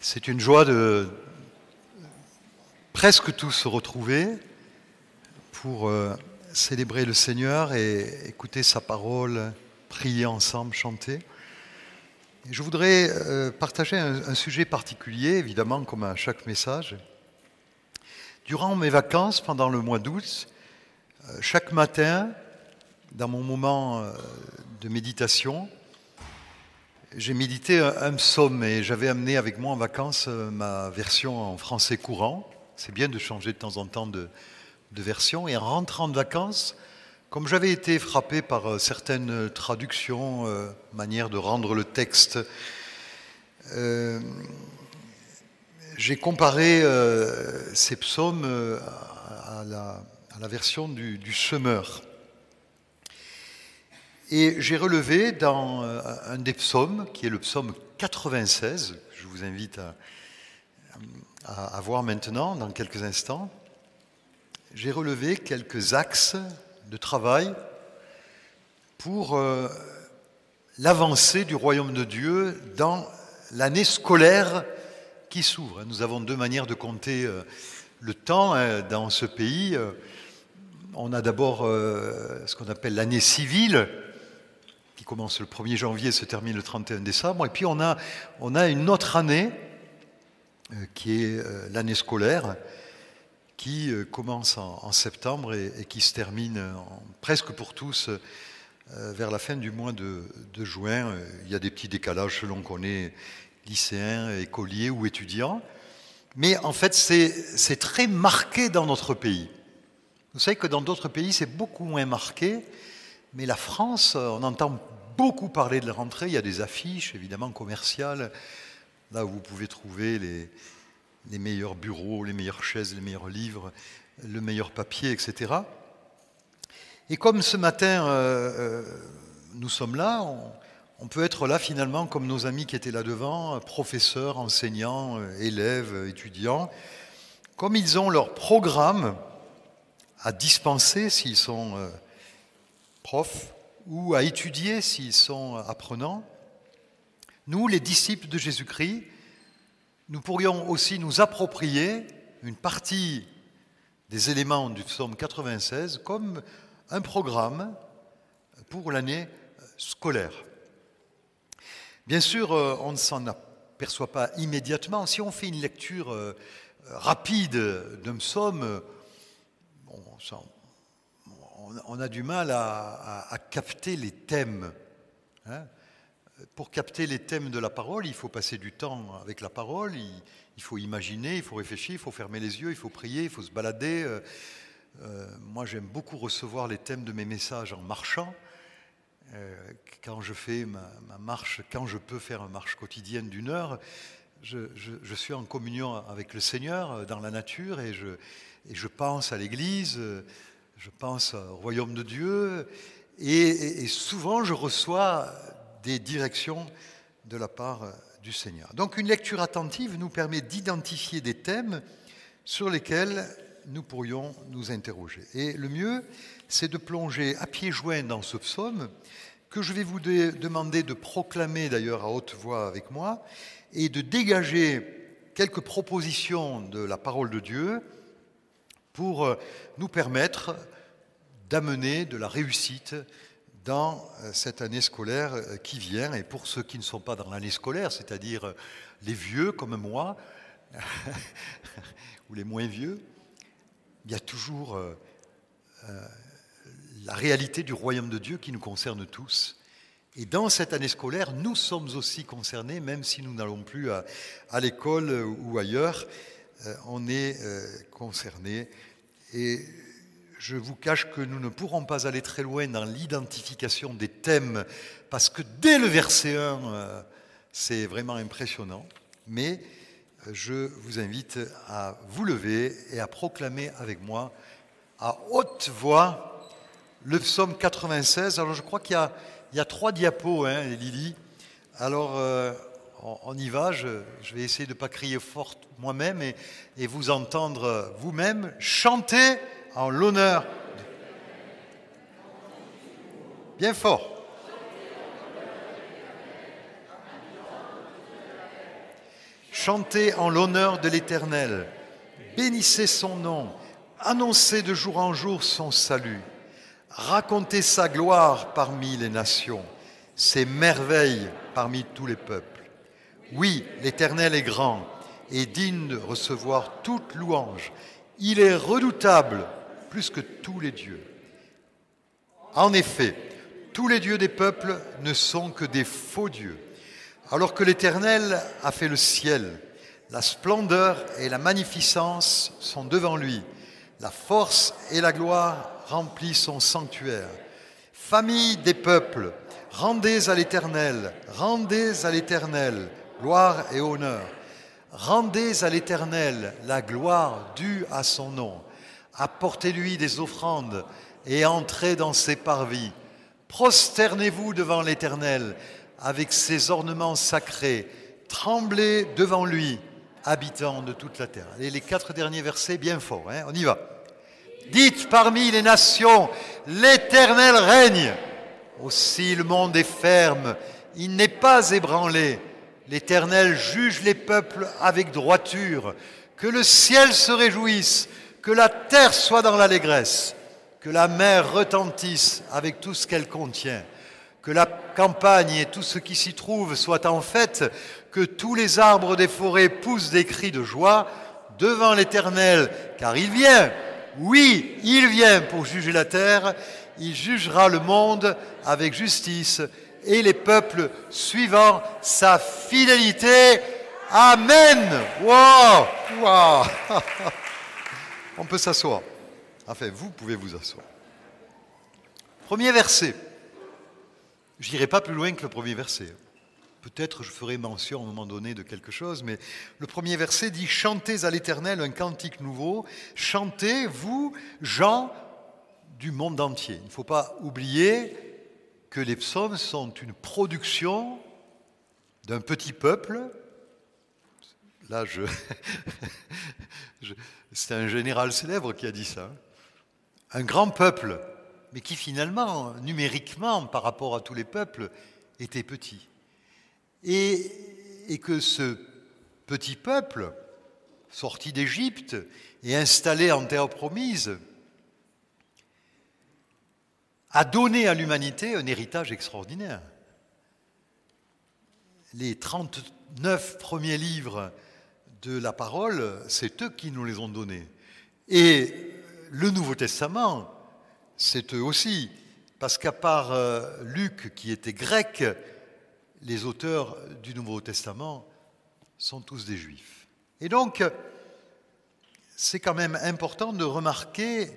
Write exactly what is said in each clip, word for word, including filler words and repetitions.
C'est une joie de presque tous se retrouver pour euh, célébrer le Seigneur et écouter sa parole, prier ensemble, chanter. Et je voudrais euh, partager un, un sujet particulier, évidemment, comme à chaque message. Durant mes vacances, pendant le mois d'août, euh, chaque matin, dans mon moment euh, de méditation, j'ai médité un, un psaume et j'avais amené avec moi en vacances euh, ma version en français courant. C'est bien de changer de temps en temps de, de version. Et en rentrant de vacances, comme j'avais été frappé par euh, certaines traductions, euh, manière de rendre le texte, euh, j'ai comparé euh, ces psaumes euh, à, la, à la version du, du semeur. Et j'ai relevé dans un des psaumes, qui est le psaume quatre-vingt-seize, que je vous invite à, à, à voir maintenant, dans quelques instants, j'ai relevé quelques axes de travail pour euh, l'avancée du royaume de Dieu dans l'année scolaire qui s'ouvre. Nous avons deux manières de compter euh, le temps hein, dans ce pays. On a d'abord euh, ce qu'on appelle l'année civile, qui commence le premier janvier et se termine le trente et un décembre. Et puis on a, on a une autre année, euh, qui est euh, l'année scolaire, qui euh, commence en, en septembre et, et qui se termine en, presque pour tous euh, vers la fin du mois de, de juin. Il y a des petits décalages selon qu'on est lycéen, écolier ou étudiant. Mais en fait, c'est, c'est très marqué dans notre pays. Vous savez que dans d'autres pays, c'est beaucoup moins marqué. Mais la France, on entend beaucoup parler de la rentrée. Il y a des affiches, évidemment, commerciales, là où vous pouvez trouver les, les meilleurs bureaux, les meilleures chaises, les meilleurs livres, le meilleur papier, et cetera. Et comme ce matin, euh, nous sommes là, on, on peut être là finalement comme nos amis qui étaient là devant, professeurs, enseignants, élèves, étudiants, comme ils ont leur programme à dispenser s'ils sont euh, profs, ou à étudier s'ils sont apprenants. Nous, les disciples de Jésus-Christ, nous pourrions aussi nous approprier une partie des éléments du psaume quatre-vingt-seize comme un programme pour l'année scolaire. Bien sûr, on ne s'en aperçoit pas immédiatement. Si on fait une lecture rapide d'un psaume, bon, ça, on a du mal à, à, à capter les thèmes. Hein. Pour capter les thèmes de la parole, il faut passer du temps avec la parole, il, il faut imaginer, il faut réfléchir, il faut fermer les yeux, il faut prier, il faut se balader. Euh, euh, moi, j'aime beaucoup recevoir les thèmes de mes messages en marchant. Euh, quand je fais ma, ma marche, quand je peux faire une marche quotidienne d'une heure, je, je, je suis en communion avec le Seigneur dans la nature et je, et je pense à l'Église. Je pense au royaume de Dieu et, et, et souvent je reçois des directions de la part du Seigneur. Donc une lecture attentive nous permet d'identifier des thèmes sur lesquels nous pourrions nous interroger. Et le mieux, c'est de plonger à pieds joints dans ce psaume que je vais vous de- demander de proclamer d'ailleurs à haute voix avec moi et de dégager quelques propositions de la parole de Dieu pour nous permettre d'amener de la réussite dans cette année scolaire qui vient. Et pour ceux qui ne sont pas dans l'année scolaire, c'est-à-dire les vieux comme moi, ou les moins vieux, il y a toujours euh, la réalité du royaume de Dieu qui nous concerne tous. Et dans cette année scolaire, nous sommes aussi concernés, même si nous n'allons plus à, à l'école ou ailleurs, euh, on est euh, concernés. Et je vous cache que nous ne pourrons pas aller très loin dans l'identification des thèmes, parce que dès le verset un, euh, c'est vraiment impressionnant. Mais je vous invite à vous lever et à proclamer avec moi, à haute voix, le psaume quatre-vingt-seize. Alors je crois qu'il y a, il y a trois diapos, hein, Lily. Alors euh, on, on y va, je, je vais essayer de ne pas crier fort moi-même et, et vous entendre vous-même chanter en l'honneur. De... Bien fort. chantez en l'honneur de l'Éternel, bénissez son nom, annoncez de jour en jour son salut, racontez sa gloire parmi les nations, ses merveilles parmi tous les peuples. Oui, l'Éternel est grand et digne de recevoir toute louange. Il est redoutable plus que tous les dieux. En effet, tous les dieux des peuples ne sont que des faux dieux. Alors que l'Éternel a fait le ciel, la splendeur et la magnificence sont devant lui. La force et la gloire remplissent son sanctuaire. Famille des peuples, rendez à l'Éternel, rendez à l'Éternel, gloire et honneur. Rendez à l'Éternel la gloire due à son nom. Apportez-lui des offrandes et entrez dans ses parvis. Prosternez-vous devant l'Éternel avec ses ornements sacrés. Tremblez devant lui, habitants de toute la terre. Allez, les quatre derniers versets bien forts, hein, on y va. Dites parmi les nations, l'Éternel règne. Aussi le monde est ferme, il n'est pas ébranlé. L'Éternel juge les peuples avec droiture. Que le ciel se réjouisse, que la terre soit dans l'allégresse, que la mer retentisse avec tout ce qu'elle contient, que la campagne et tout ce qui s'y trouve soient en fête, que tous les arbres des forêts poussent des cris de joie devant l'Éternel, car il vient, oui, il vient pour juger la terre, il jugera le monde avec justice et les peuples suivant sa fidélité. Amen. Wow, wow. On peut s'asseoir. Enfin, vous pouvez vous asseoir. Premier verset. Je n'irai pas plus loin que le premier verset. Peut-être je ferai mention à un moment donné de quelque chose, mais le premier verset dit « Chantez à l'Éternel un cantique nouveau, chantez, vous, gens du monde entier ». Il ne faut pas oublier que les psaumes sont une production d'un petit peuple. Là, je, je, c'est un général célèbre qui a dit ça. Un grand peuple, mais qui finalement, numériquement, par rapport à tous les peuples, était petit. Et, et que ce petit peuple, sorti d'Égypte et installé en terre promise, a donné à l'humanité un héritage extraordinaire. Les trente-neuf premiers livres de la parole, c'est eux qui nous les ont donnés. Et le Nouveau Testament, c'est eux aussi, parce qu'à part euh, Luc, qui était grec, les auteurs du Nouveau Testament sont tous des Juifs. Et donc, c'est quand même important de remarquer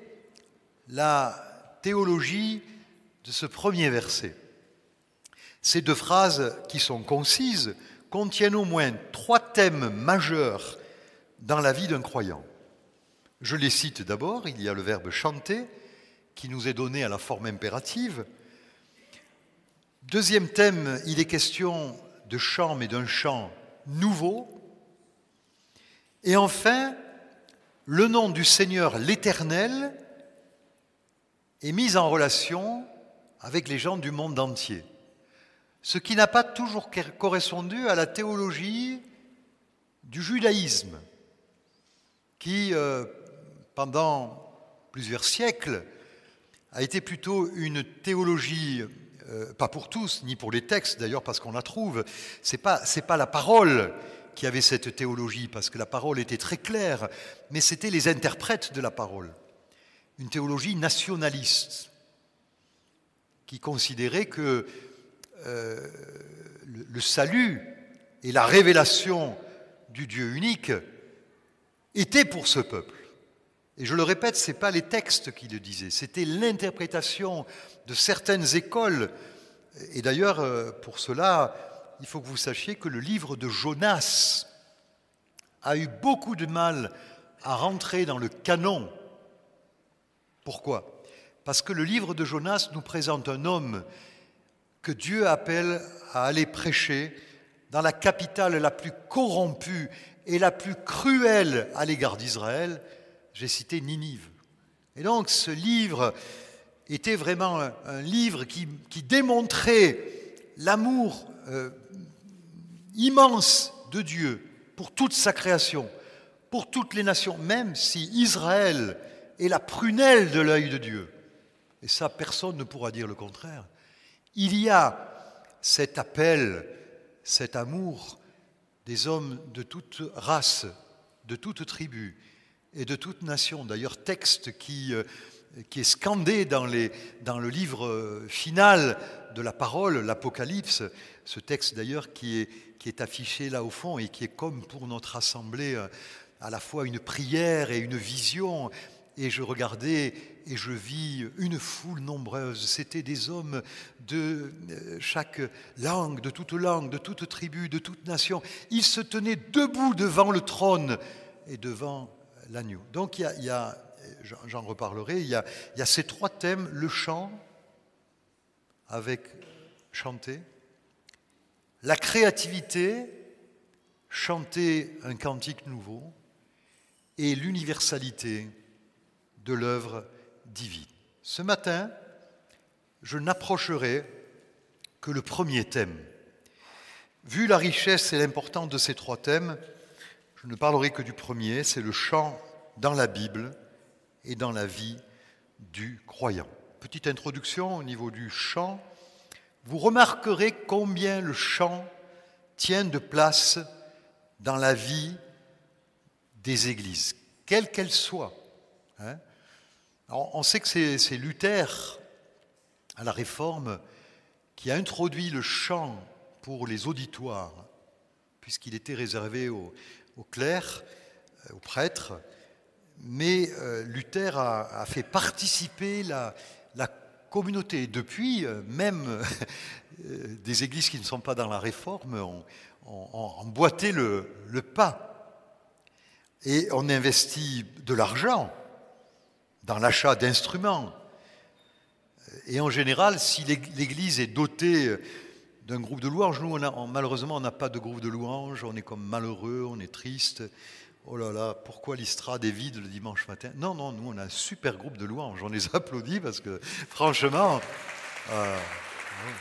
la théologie de ce premier verset. Ces deux phrases, qui sont concises, contiennent au moins trois thèmes majeurs dans la vie d'un croyant. Je les cite d'abord. Il y a le verbe « chanter » qui nous est donné à la forme impérative. Deuxième thème, il est question de chant, mais d'un chant nouveau. Et enfin, le nom du Seigneur, l'Éternel, est mis en relation avec les gens du monde entier. Ce qui n'a pas toujours correspondu à la théologie du judaïsme, qui, euh, pendant plusieurs siècles, a été plutôt une théologie, euh, pas pour tous, ni pour les textes d'ailleurs, parce qu'on la trouve. C'est pas, c'est pas la parole qui avait cette théologie, parce que la parole était très claire, mais c'était les interprètes de la parole. Une théologie nationaliste, qui considérait que euh, le, le salut et la révélation du Dieu unique étaient pour ce peuple. Et je le répète, ce n'est pas les textes qui le disaient, c'était l'interprétation de certaines écoles. Et d'ailleurs, pour cela, il faut que vous sachiez que le livre de Jonas a eu beaucoup de mal à rentrer dans le canon. Pourquoi ? Parce que le livre de Jonas nous présente un homme que Dieu appelle à aller prêcher dans la capitale la plus corrompue et la plus cruelle à l'égard d'Israël. J'ai cité Ninive. Et donc ce livre était vraiment un, un livre qui, qui démontrait l'amour euh, immense de Dieu pour toute sa création, pour toutes les nations, même si Israël est la prunelle de l'œil de Dieu. Et ça, personne ne pourra dire le contraire. Il y a cet appel, cet amour des hommes de toute race, de toute tribu et de toute nation. D'ailleurs, texte qui, qui est scandé dans, les, dans le livre final de la parole, l'Apocalypse, ce texte d'ailleurs qui est, qui est affiché là au fond et qui est comme pour notre assemblée à la fois une prière et une vision. Et je regardais et je vis une foule nombreuse. C'était des hommes de chaque langue, de toute langue, de toute tribu, de toute nation. Ils se tenaient debout devant le trône et devant l'agneau. Donc il y a, il y a j'en reparlerai, il y, a, il y a ces trois thèmes, le chant, avec chanter, la créativité, chanter un cantique nouveau, et l'universalité de l'œuvre divine. Ce matin, je n'approcherai que le premier thème. Vu la richesse et l'importance de ces trois thèmes, je ne parlerai que du premier, c'est le chant dans la Bible et dans la vie du croyant. Petite introduction au niveau du chant. Vous remarquerez combien le chant tient de place dans la vie des églises, quelles qu'elles soient. Hein. Alors, on sait que c'est, c'est Luther, à la Réforme, qui a introduit le chant pour les auditoires, puisqu'il était réservé aux, aux clercs, aux prêtres. Mais euh, Luther a, a fait participer la, la communauté. Depuis, euh, même euh, des églises qui ne sont pas dans la Réforme ont, ont, ont emboîté le, le pas. Et on investit de l'argent dans l'achat d'instruments. Et en général, si l'Église est dotée d'un groupe de louanges, nous, on a, on, malheureusement, on n'a pas de groupe de louanges, on est comme malheureux, on est triste. Oh là là, pourquoi l'estrade est vide le dimanche matin? Non, non, nous, on a un super groupe de louanges. On les applaudit parce que, franchement... Euh, ouais.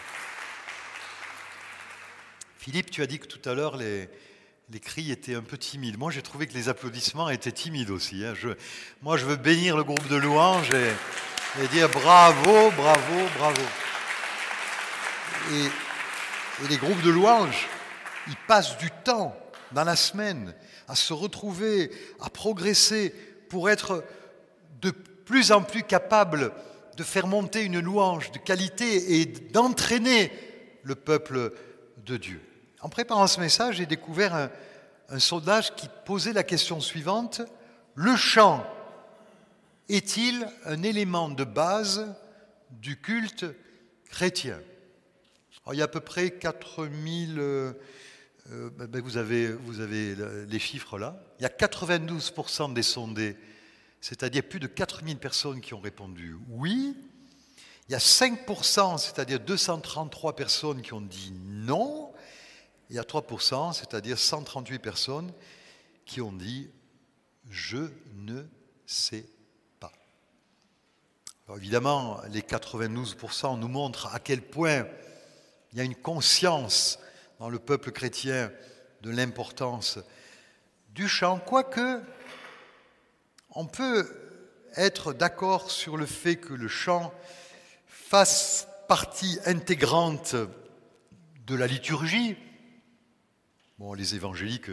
Philippe, tu as dit que tout à l'heure, les... les cris étaient un peu timides. Moi, j'ai trouvé que les applaudissements étaient timides aussi. Hein. Je, moi, je veux bénir le groupe de louanges et, et dire bravo, bravo, bravo. Et, et les groupes de louanges, ils passent du temps dans la semaine à se retrouver, à progresser pour être de plus en plus capables de faire monter une louange de qualité et d'entraîner le peuple de Dieu. En préparant ce message, j'ai découvert un, un sondage qui posait la question suivante. Le chant est-il un élément de base du culte chrétien? Alors, il y a à peu près quatre mille... Euh, euh, ben vous, avez, vous avez les chiffres là. Il y a quatre-vingt-douze pour cent des sondés, c'est-à-dire plus de quatre mille personnes qui ont répondu oui. Il y a cinq pour cent, c'est-à-dire deux cent trente-trois personnes qui ont dit non. Il y a trois pour cent, c'est-à-dire cent trente-huit personnes qui ont dit « je ne sais pas ». Alors évidemment, les quatre-vingt-douze pour cent nous montrent à quel point il y a une conscience dans le peuple chrétien de l'importance du chant, quoique on peut être d'accord sur le fait que le chant fasse partie intégrante de la liturgie. Bon, les évangéliques,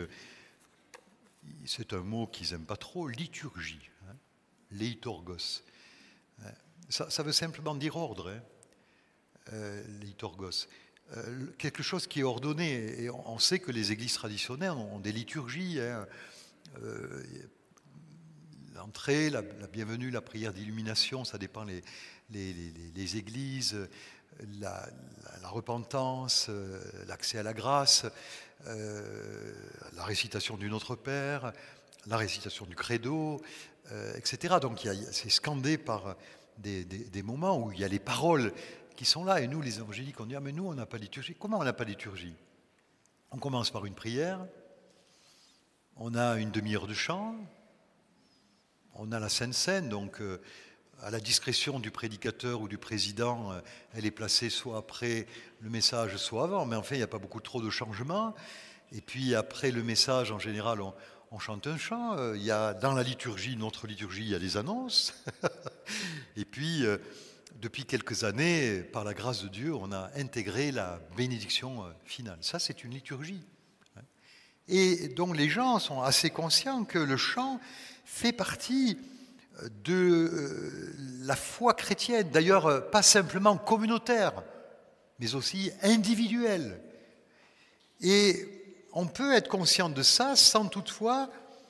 c'est un mot qu'ils n'aiment pas trop, liturgie, hein, leitorgos. Ça, ça veut simplement dire ordre, hein, euh, leitorgos. Euh, quelque chose qui est ordonné. Et on, on sait que les églises traditionnelles ont des liturgies, hein, euh, l'entrée, la, la bienvenue, la prière d'illumination, ça dépend les, les, les, les églises, la, la, la repentance, euh, l'accès à la grâce, euh, la récitation du Notre Père, la récitation du Credo, euh, et cetera. Donc il y a, c'est scandé par des, des, des moments où il y a les paroles qui sont là. Et nous, les évangéliques, on dit « Ah, mais nous, on n'a pas de liturgie ». Comment on n'a pas de liturgie? On commence par une prière, on a une demi-heure de chant, on a la Sainte Seine, donc euh, à la discrétion du prédicateur ou du président, euh, elle est placée soit après le message, soit avant, mais enfin, il n'y a pas beaucoup trop de changements. Et puis après le message, en général, on, on chante un chant. Il y a dans la liturgie, notre liturgie, il y a des annonces. Et puis, euh, depuis quelques années, par la grâce de Dieu, on a intégré la bénédiction finale. Ça, c'est une liturgie. Et donc les gens sont assez conscients que le chant fait partie de la foi chrétienne, d'ailleurs pas simplement communautaire, mais aussi individuelle. Et on peut être conscient de ça sans toutefois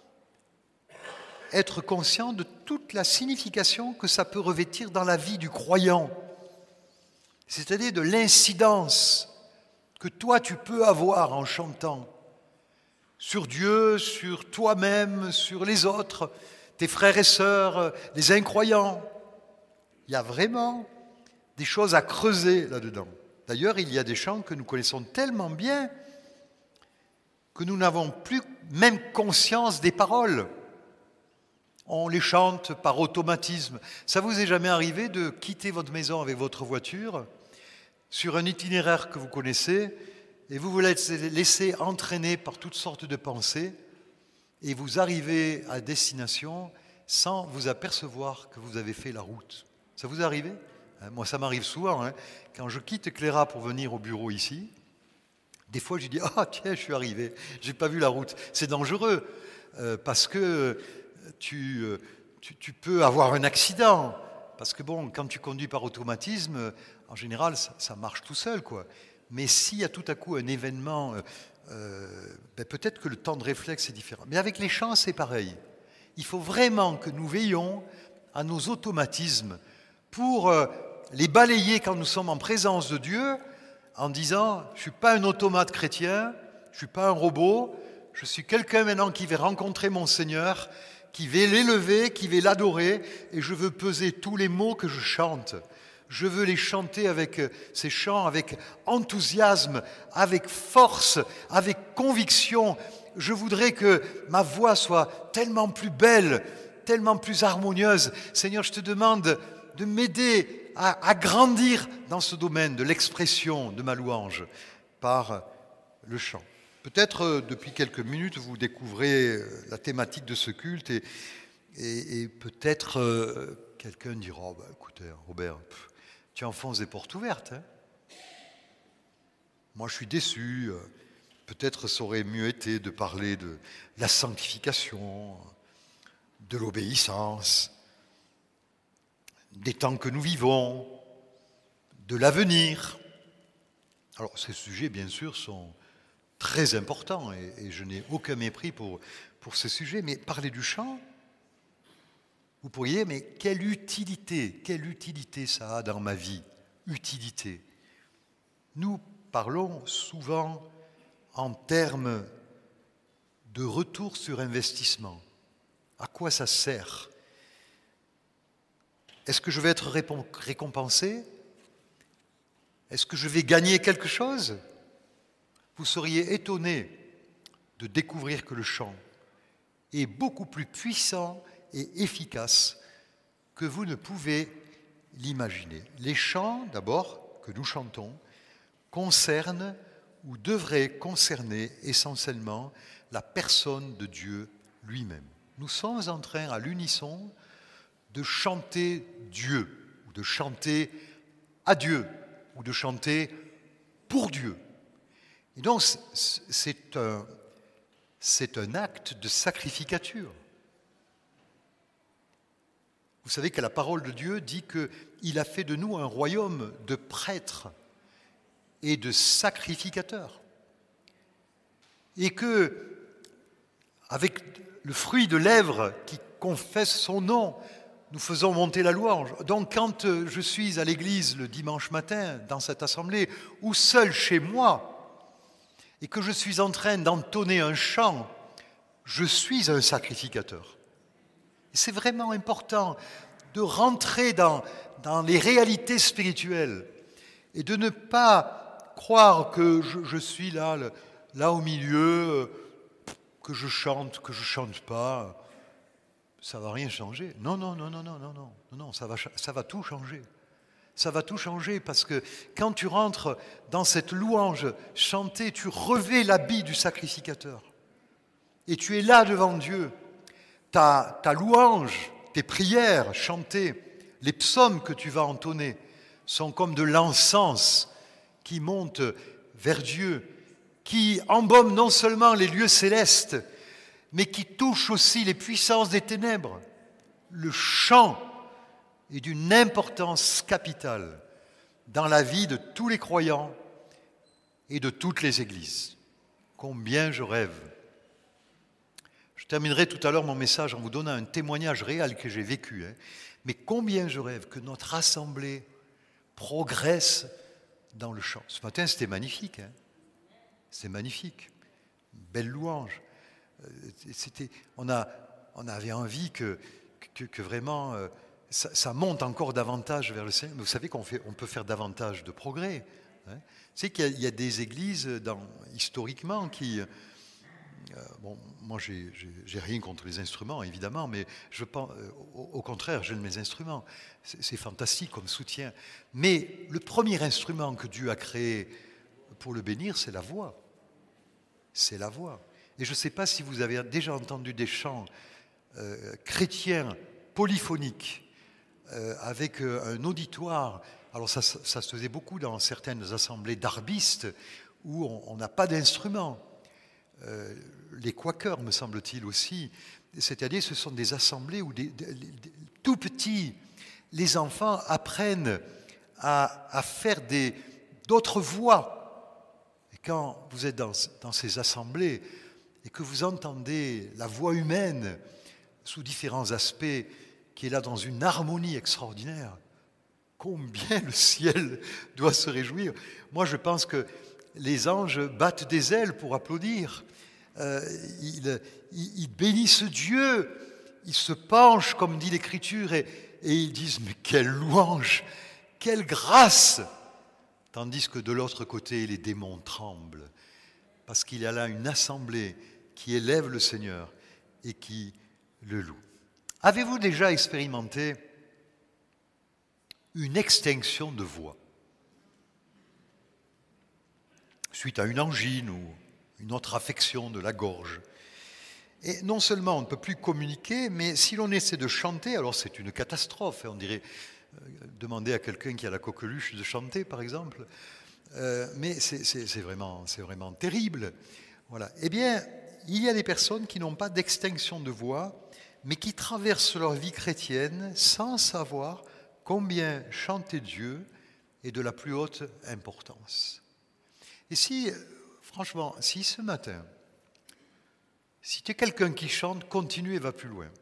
être conscient de toute la signification que ça peut revêtir dans la vie du croyant, c'est-à-dire de l'incidence que toi tu peux avoir en chantant sur Dieu, sur toi-même, sur les autres, tes frères et sœurs, les incroyants. Il y a vraiment des choses à creuser là-dedans. D'ailleurs, il y a des chants que nous connaissons tellement bien que nous n'avons plus même conscience des paroles. On les chante par automatisme. Ça vous est jamais arrivé de quitter votre maison avec votre voiture sur un itinéraire que vous connaissez et vous vous laissez entraîner par toutes sortes de pensées et vous arrivez à destination sans vous apercevoir que vous avez fait la route. Ça vous est arrivé ? Moi, ça m'arrive souvent. Hein. Quand je quitte Cléra pour venir au bureau ici, des fois, je dis « Ah, tiens, je suis arrivé, je n'ai pas vu la route. » C'est dangereux euh, parce que tu, tu, tu peux avoir un accident. Parce que bon, quand tu conduis par automatisme, en général, ça, ça marche tout seul, quoi. Mais s'il y a tout à coup un événement, euh, ben peut-être que le temps de réflexe est différent. Mais avec les chants, c'est pareil. Il faut vraiment que nous veillions à nos automatismes pour euh, les balayer quand nous sommes en présence de Dieu en disant « Je ne suis pas un automate chrétien, je ne suis pas un robot, je suis quelqu'un maintenant qui va rencontrer mon Seigneur, qui va l'élever, qui va l'adorer, et je veux peser tous les mots que je chante. Je veux les chanter avec ces chants, avec enthousiasme, avec force, avec conviction. Je voudrais que ma voix soit tellement plus belle, tellement plus harmonieuse. Seigneur, je te demande de m'aider à, à grandir dans ce domaine de l'expression de ma louange par le chant. Peut-être euh, depuis quelques minutes, vous découvrez la thématique de ce culte et, et, et peut-être euh, quelqu'un dira oh, bah, « Écoutez, Robert, pff, tu enfonces des portes ouvertes. Hein. Moi, je suis déçu. Peut-être ça aurait mieux été de parler de la sanctification, de l'obéissance, des temps que nous vivons, de l'avenir. » Alors, ces sujets, bien sûr, sont très importants et, et je n'ai aucun mépris pour, pour ces sujets. Mais parler du chant, vous pourriez, mais quelle utilité, quelle utilité ça a dans ma vie, utilité. Nous parlons souvent en termes de retour sur investissement. À quoi ça sert ? Est-ce que je vais être récompensé ? Est-ce que je vais gagner quelque chose ? Vous seriez étonné de découvrir que le chant est beaucoup plus puissant et efficace que vous ne pouvez l'imaginer. Les chants, d'abord, que nous chantons, concernent ou devraient concerner essentiellement la personne de Dieu lui-même. Nous sommes en train, à l'unisson, de chanter Dieu, ou de chanter à Dieu, ou de chanter pour Dieu. Et donc, c'est un, c'est un acte de sacrificature. Vous savez que la parole de Dieu dit qu'il a fait de nous un royaume de prêtres et de sacrificateurs. Et que, avec le fruit de lèvres qui confesse son nom, nous faisons monter la louange. Donc quand je suis à l'église le dimanche matin, dans cette assemblée, ou seul chez moi, et que je suis en train d'entonner un chant, je suis un sacrificateur. Et c'est vraiment important de rentrer dans, dans les réalités spirituelles et de ne pas croire que je, je suis là, là au milieu, que je chante, que je ne chante pas. Ça ne va rien changer. Non, non, non, non, non, non, non, non, ça va, ça va tout changer. Ça va tout changer parce que quand tu rentres dans cette louange chantée, tu revêts l'habit du sacrificateur. Et tu es là devant Dieu. Ta, ta louange, tes prières chantées, les psaumes que tu vas entonner sont comme de l'encens qui monte vers Dieu, qui embaume non seulement les lieux célestes, mais qui touche aussi les puissances des ténèbres. Le chant est d'une importance capitale dans la vie de tous les croyants et de toutes les églises. Combien je rêve. Je terminerai tout à l'heure mon message en vous donnant un témoignage réel que j'ai vécu. Hein. Mais combien je rêve que notre assemblée progresse dans le chant. Ce matin, c'était magnifique. Hein. C'était magnifique. Belle louange. C'était, on, a, on avait envie que, que, que vraiment euh, ça, ça monte encore davantage vers le Seigneur. Mais vous savez qu'on fait, on peut faire davantage de progrès. Hein. Vous savez qu'il y a, il y a des églises dans, historiquement qui... Euh, bon, moi, j'ai, j'ai, j'ai rien contre les instruments, évidemment, mais je pense, euh, au, au contraire, j'aime mes instruments. C'est, c'est fantastique comme soutien. Mais le premier instrument que Dieu a créé pour le bénir, c'est la voix. C'est la voix. Et je ne sais pas si vous avez déjà entendu des chants euh, chrétiens polyphoniques euh, avec euh, un auditoire. Alors ça, ça se faisait beaucoup dans certaines assemblées d'arbistes où on n'a pas d'instrument. Euh, les Quakers, me semble-t-il aussi, c'est-à-dire ce sont des assemblées où des, des, des, tout petits, les enfants apprennent à, à faire des, d'autres voix. Et quand vous êtes dans, dans ces assemblées et que vous entendez la voix humaine sous différents aspects, qui est là dans une harmonie extraordinaire, combien le ciel doit se réjouir. Moi, je pense que les anges battent des ailes pour applaudir. Euh, ils, ils, ils bénissent Dieu. Ils se penchent, comme dit l'Écriture, et, et ils disent « Mais quelle louange, quelle grâce !» Tandis que de l'autre côté, les démons tremblent. Parce qu'il y a là une assemblée qui élève le Seigneur et qui le loue. Avez-vous déjà expérimenté une extinction de voix suite à une angine ou une autre affection de la gorge? Et non seulement on ne peut plus communiquer, mais si l'on essaie de chanter, alors c'est une catastrophe. On dirait euh, demander à quelqu'un qui a la coqueluche de chanter, par exemple. Euh, mais c'est, c'est, c'est, vraiment, c'est vraiment terrible. Voilà. Eh bien, il y a des personnes qui n'ont pas d'extinction de voix, mais qui traversent leur vie chrétienne sans savoir combien chanter Dieu est de la plus haute importance. Et si, franchement, si ce matin, si tu es quelqu'un qui chante, continue et va plus loin.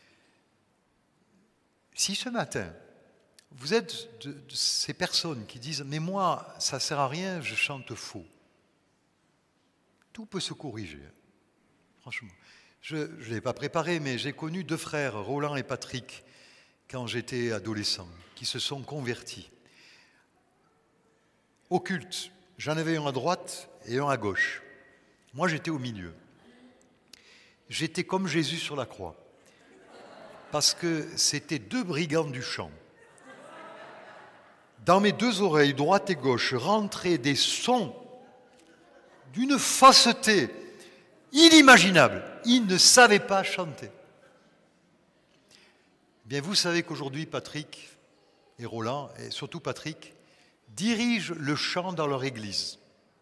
Si ce matin, vous êtes de, de ces personnes qui disent « Mais moi, ça ne sert à rien, je chante faux », tout peut se corriger, franchement. Je ne l'ai pas préparé, mais j'ai connu deux frères, Roland et Patrick, quand j'étais adolescent, qui se sont convertis. Au culte, j'en avais un à droite et un à gauche. Moi, j'étais au milieu. J'étais comme Jésus sur la croix, parce que c'était deux brigands du chant. Dans mes deux oreilles, droite et gauche, rentraient des sons d'une fausseté inimaginable. Ils ne savaient pas chanter. Bien, vous savez qu'aujourd'hui, Patrick et Roland, et surtout Patrick, dirigent le chant dans leur église.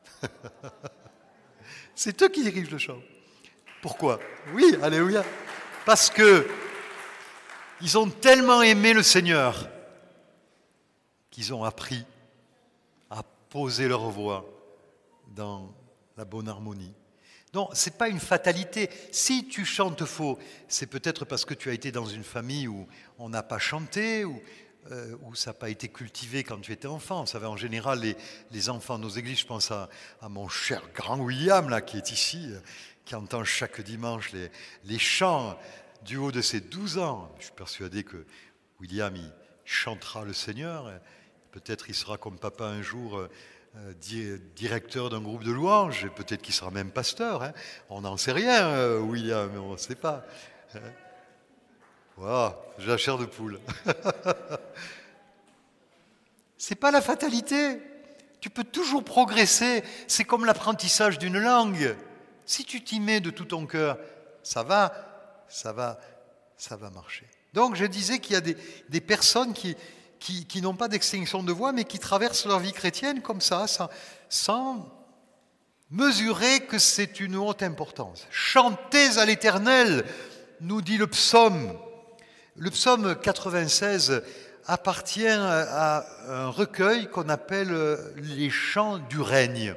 C'est eux qui dirigent le chant. Pourquoi? Oui, alléluia. Parce que ils ont tellement aimé le Seigneur qu'ils ont appris à poser leur voix dans la bonne harmonie. Non, ce n'est pas une fatalité. Si tu chantes faux, c'est peut-être parce que tu as été dans une famille où on n'a pas chanté, où, euh, où ça n'a pas été cultivé quand tu étais enfant. Vous savez, en général, les, les enfants de nos églises, je pense à, à mon cher grand William, là, qui est ici, qui entend chaque dimanche les, les chants du haut de ses douze ans. Je suis persuadé que William, il chantera le Seigneur. Peut-être il sera comme papa un jour euh, di- directeur d'un groupe de louanges. Peut-être qu'il sera même pasteur. Hein. On n'en sait rien, euh, William, on ne sait pas. Waouh, j'ai la chair de poule. Ce n'est pas la fatalité. Tu peux toujours progresser. C'est comme l'apprentissage d'une langue. Si tu t'y mets de tout ton cœur, ça va, ça va, ça va marcher. Donc je disais qu'il y a des, des personnes qui, qui, qui n'ont pas d'extinction de voix, mais qui traversent leur vie chrétienne comme ça, sans, sans mesurer que c'est une haute importance. Chantez à l'Éternel, nous dit le psaume. Le psaume quatre-vingt-seize appartient à un recueil qu'on appelle les chants du règne.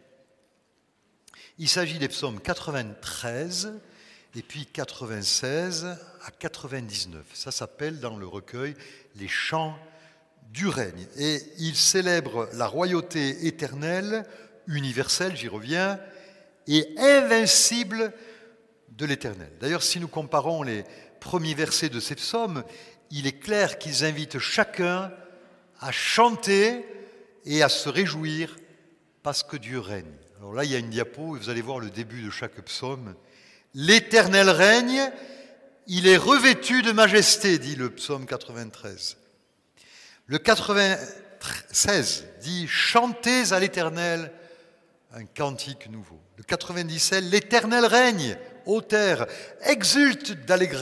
Il s'agit des psaumes quatre-vingt-treize et puis quatre-vingt-seize à quatre-vingt-dix-neuf. Ça s'appelle dans le recueil les chants du règne. Et il célèbre la royauté éternelle, universelle, j'y reviens, et invincible de l'Éternel. D'ailleurs, si nous comparons les premiers versets de ces psaumes, il est clair qu'ils invitent chacun à chanter et à se réjouir parce que Dieu règne. Alors là, il y a une diapo et vous allez voir le début de chaque psaume. L'Éternel règne, il est revêtu de majesté, dit le psaume quatre-vingt-treize. Le quatre-vingt-seize dit « Chantez à l'Éternel un cantique nouveau ». Le quatre-vingt-dix-sept, « L'Éternel règne, ô terre, exulte d'allégresse ».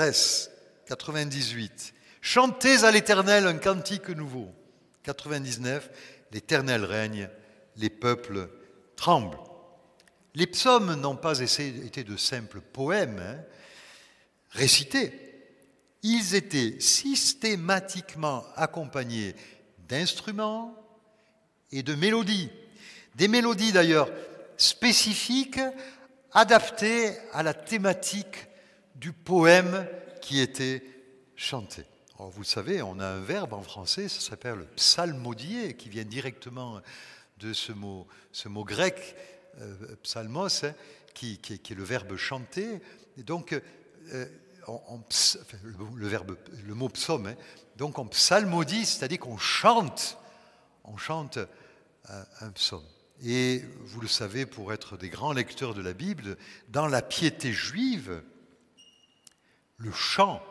quatre-vingt-dix-huit, « Chantez à l'Éternel un cantique nouveau ». quatre-vingt-dix-neuf, « L'Éternel règne, les peuples tremblent ». Les psaumes n'ont pas été de simples poèmes hein, récités. Ils étaient systématiquement accompagnés d'instruments et de mélodies. Des mélodies d'ailleurs spécifiques, adaptées à la thématique du poème qui était chanté. Alors vous le savez, on a un verbe en français, ça s'appelle psalmodier, qui vient directement de ce mot, ce mot grec, euh, psalmos, hein, qui, qui, qui est le verbe chanter. Et donc, euh, on, on, enfin, le, le, verbe, le mot psaume, hein, donc on psalmodie, c'est-à-dire qu'on chante, on chante un, un psaume. Et vous le savez, pour être des grands lecteurs de la Bible, dans la piété juive, le chant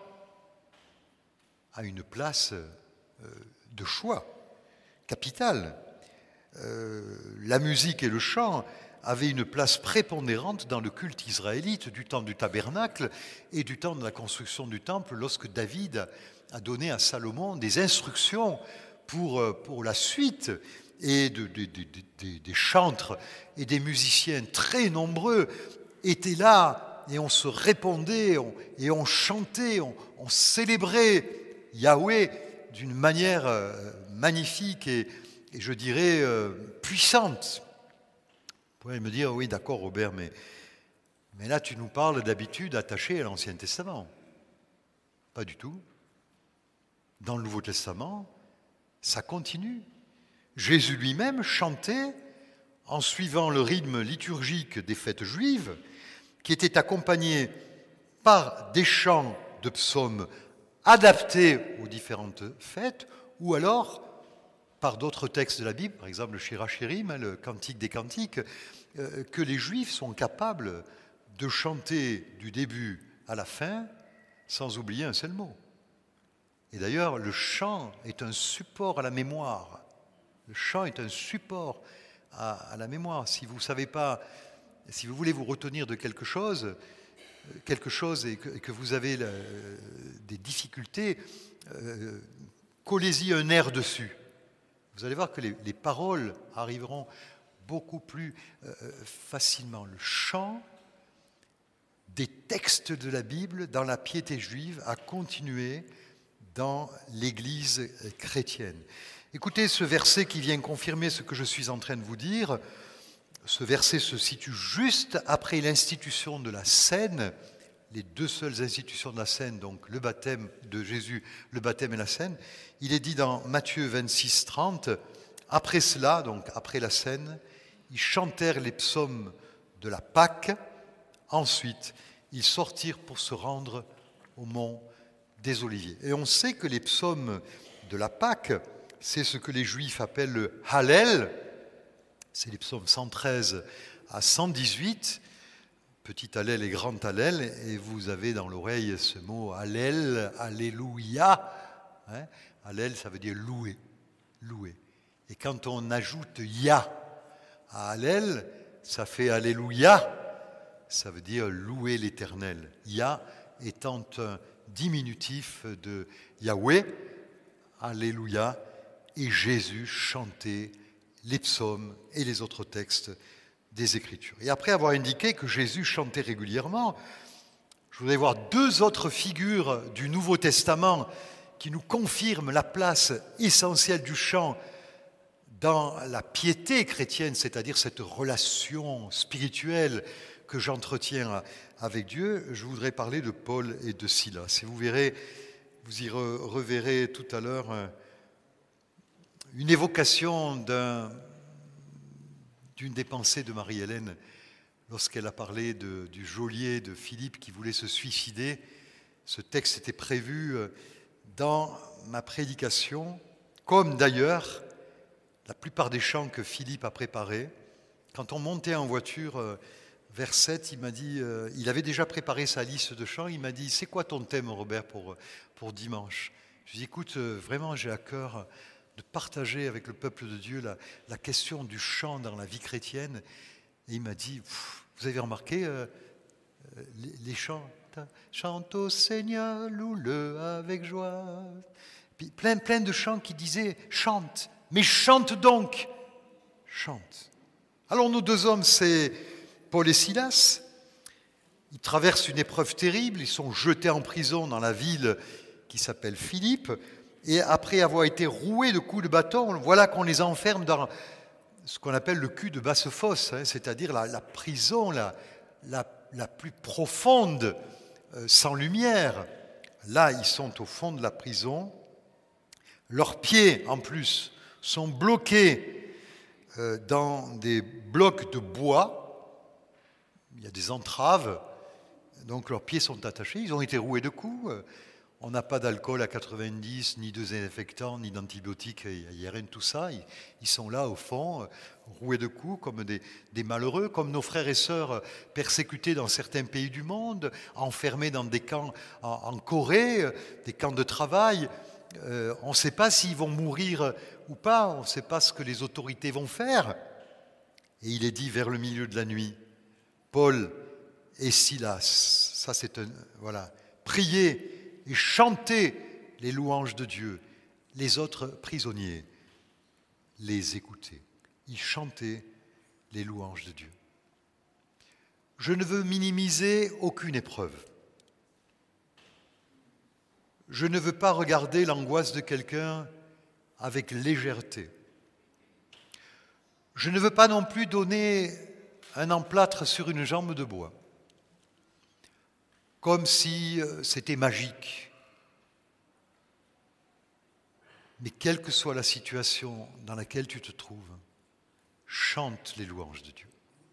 a une place de choix capitale. Euh, la musique et le chant avaient une place prépondérante dans le culte israélite du temps du tabernacle et du temps de la construction du temple, lorsque David a donné à Salomon des instructions pour, pour la suite, et de, de, de, de, des chantres et des musiciens très nombreux étaient là, et on se répondait, on, et on chantait, on, on célébrait Yahweh d'une manière euh, magnifique et, et je dirais euh, puissante. Vous pourriez me dire, oui d'accord Robert, mais, mais là tu nous parles d'habitude attachée à l'Ancien Testament. Pas du tout. Dans le Nouveau Testament, ça continue. Jésus lui-même chantait en suivant le rythme liturgique des fêtes juives, qui était accompagné par des chants de psaumes adaptés aux différentes fêtes, ou alors par d'autres textes de la Bible, par exemple le Shira Shirim, le Cantique des Cantiques, euh, que les Juifs sont capables de chanter du début à la fin sans oublier un seul mot. Et d'ailleurs, le chant est un support à la mémoire. Le chant est un support à, à la mémoire. Si vous ne savez pas, si vous voulez vous retenir de quelque chose, quelque chose et que, et que vous avez la, des difficultés, euh, collez-y un air dessus. Vous allez voir que les, les paroles arriveront beaucoup plus euh, facilement. Le chant des textes de la Bible dans la piété juive a continué dans l'Église chrétienne. Écoutez ce verset qui vient confirmer ce que je suis en train de vous dire. Ce verset se situe juste après l'institution de la scène, les deux seules institutions de la scène, donc le baptême de Jésus, le baptême et la scène. Il est dit dans Matthieu vingt-six, trente, après cela, donc après la scène, ils chantèrent les psaumes de la Pâque. Ensuite, ils sortirent pour se rendre au mont des Oliviers. Et on sait que les psaumes de la Pâque, c'est ce que les Juifs appellent le Hallel, c'est les psaumes cent treize à cent dix-huit, petit Hallel et grand Hallel, et vous avez dans l'oreille ce mot Hallel, Alléluia. Hein, Hallel, ça veut dire louer, louer. Et quand on ajoute Ya à Hallel, ça fait Alléluia, ça veut dire louer l'Éternel. Ya étant un diminutif de Yahweh, Alléluia, et Jésus chantait les psaumes et les autres textes des Écritures. Et après avoir indiqué que Jésus chantait régulièrement, je voudrais voir deux autres figures du Nouveau Testament qui nous confirment la place essentielle du chant dans la piété chrétienne, c'est-à-dire cette relation spirituelle que j'entretiens avec Dieu. Je voudrais parler de Paul et de Silas. Et vous verrez, vous y reverrez tout à l'heure une évocation d'un, d'une des pensées de Marie-Hélène lorsqu'elle a parlé de, du geôlier de Philippe qui voulait se suicider. Ce texte était prévu dans ma prédication, comme d'ailleurs la plupart des chants que Philippe a préparés. Quand on montait en voiture vers sept, il m'a dit, euh, il avait déjà préparé sa liste de chants, il m'a dit, c'est quoi ton thème, Robert, pour, pour dimanche? Je lui ai dit, écoute, euh, vraiment, j'ai à cœur de partager avec le peuple de Dieu la, la question du chant dans la vie chrétienne. Et il m'a dit, vous avez remarqué euh, les, les chants, chante au Seigneur, loue-le avec joie. Puis plein, plein de chants qui disaient, chante, mais chante donc, chante. Alors nos deux hommes, c'est Paul et Silas. Ils traversent une épreuve terrible, ils sont jetés en prison dans la ville qui s'appelle Philippe. Et après avoir été roués de coups de bâton, voilà qu'on les enferme dans ce qu'on appelle le cul de basse-fosse, hein, c'est-à-dire la, la prison la, la, la plus profonde, euh, sans lumière. Là, ils sont au fond de la prison. Leurs pieds, en plus, sont bloqués euh, dans des blocs de bois. Il y a des entraves, donc leurs pieds sont attachés. Ils ont été roués de coups. On n'a pas d'alcool à quatre-vingt-dix, ni de désinfectants, ni d'antibiotiques, il n'y a rien de tout ça. Ils, ils sont là, au fond, roués de coups, comme des, des malheureux, comme nos frères et sœurs persécutés dans certains pays du monde, enfermés dans des camps en, en Corée, des camps de travail. Euh, on ne sait pas s'ils vont mourir ou pas, on ne sait pas ce que les autorités vont faire. Et il est dit vers le milieu de la nuit, Paul et Silas, ça c'est un, voilà, priez et chanter les louanges de Dieu. Les autres prisonniers les écoutaient. Ils chantaient les louanges de Dieu. Je ne veux minimiser aucune épreuve. Je ne veux pas regarder l'angoisse de quelqu'un avec légèreté. Je ne veux pas non plus donner un emplâtre sur une jambe de bois, comme si c'était magique. Mais quelle que soit la situation dans laquelle tu te trouves, chante les louanges de Dieu.